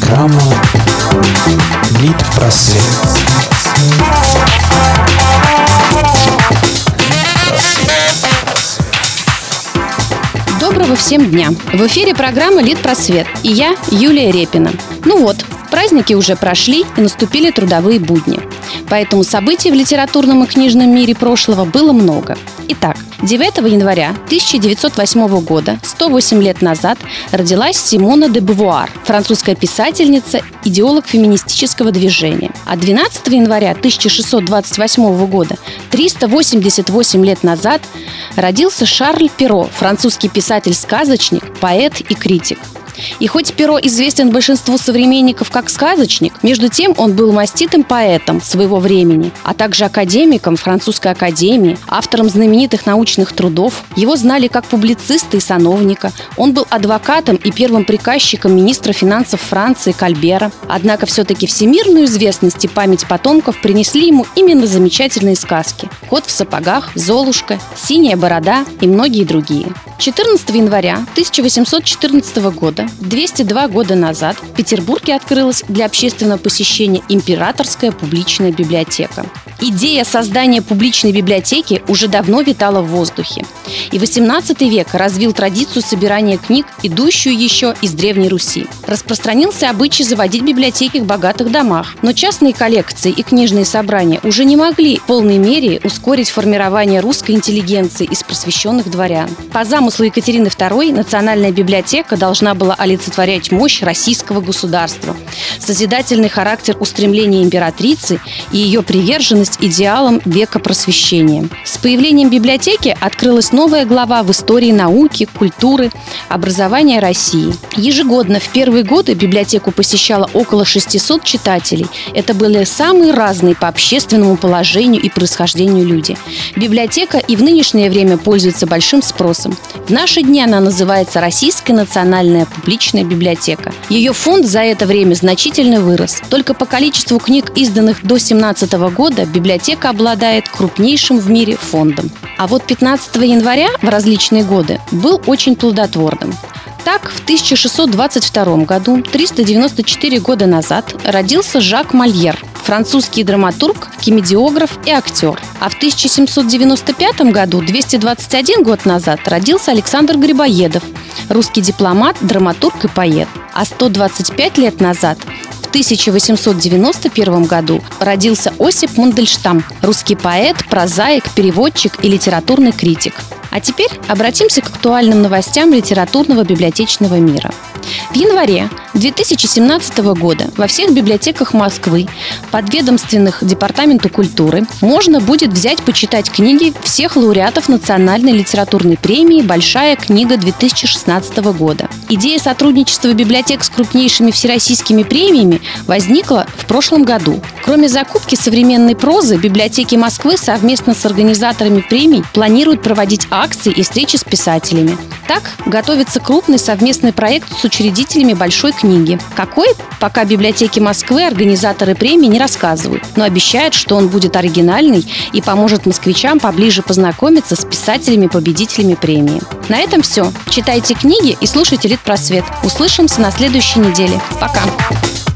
Программа «Литпросвет». Доброго всем дня! В эфире программа «Литпросвет» и я, Юлия Репина. Ну вот, праздники уже прошли и наступили трудовые будни. Поэтому событий в литературном и книжном мире прошлого было много. Итак, 9 января 1908 года, 108 лет назад, родилась Симона де Бувуар, французская писательница, идеолог феминистического движения. А 12 января 1628 года, 388 лет назад, родился Шарль Перро, французский писатель-сказочник, поэт и критик. И хоть Перро известен большинству современников как сказочник, между тем он был маститым поэтом своего времени, а также академиком французской академии, автором знаменитых научных трудов. Его знали как публициста и сановника. Он был адвокатом и первым приказчиком министра финансов Франции Кальбера. Однако все-таки всемирную известность и память потомков принесли ему именно замечательные сказки: «Кот в сапогах», «Золушка», «Синяя борода» и многие другие. 14 января 1814 года, 202 года назад, в Петербурге открылась для общественного посещения Императорская публичная библиотека. Идея создания публичной библиотеки уже давно витала в воздухе. И XVIII век развил традицию собирания книг, идущую еще из Древней Руси. Распространился обычай заводить библиотеки в богатых домах. Но частные коллекции и книжные собрания уже не могли в полной мере ускорить формирование русской интеллигенции из просвещенных дворян. По замыслу Екатерины II Национальная библиотека должна была олицетворять мощь российского государства, созидательный характер устремления императрицы и ее приверженность идеалам века просвещения. С появлением библиотеки открылась новая глава в истории науки, культуры, образования России. Ежегодно в первые годы библиотеку посещало около 600 читателей. Это были самые разные по общественному положению и происхождению люди. Библиотека и в нынешнее время пользуется большим спросом. В наши дни она называется Российская национальная публичная библиотека. Ее фонд за это время значительно вырос. Только по количеству книг, изданных до 2017 года, библиотека обладает крупнейшим в мире фондом. А вот 15 января в различные годы был очень плодотворным. Так, в 1622 году, 394 года назад, родился Жак Мольер, французский драматург, комедиограф и актер. А в 1795 году, 221 год назад, родился Александр Грибоедов, русский дипломат, драматург и поэт. А 125 лет назад, в 1891 году, родился Осип Мандельштам, русский поэт, прозаик, переводчик и литературный критик. А теперь обратимся к актуальным новостям литературного библиотечного мира. В январе 2017 года во всех библиотеках Москвы, подведомственных Департаменту культуры, можно будет взять почитать книги всех лауреатов Национальной литературной премии «Большая книга» 2016 года. Идея сотрудничества библиотек с крупнейшими всероссийскими премиями возникла в прошлом году. Кроме закупки современной прозы, библиотеки Москвы совместно с организаторами премий планируют проводить акции и встречи с писателями. Так, готовится крупный совместный проект с учредителями «Большой книги». Какой? Пока библиотеки Москвы организаторы премии не рассказывают, но обещают, что он будет оригинальный и поможет москвичам поближе познакомиться с писателями-победителями премии. На этом все. Читайте книги и слушайте Литпросвет. Услышимся на следующей неделе. Пока!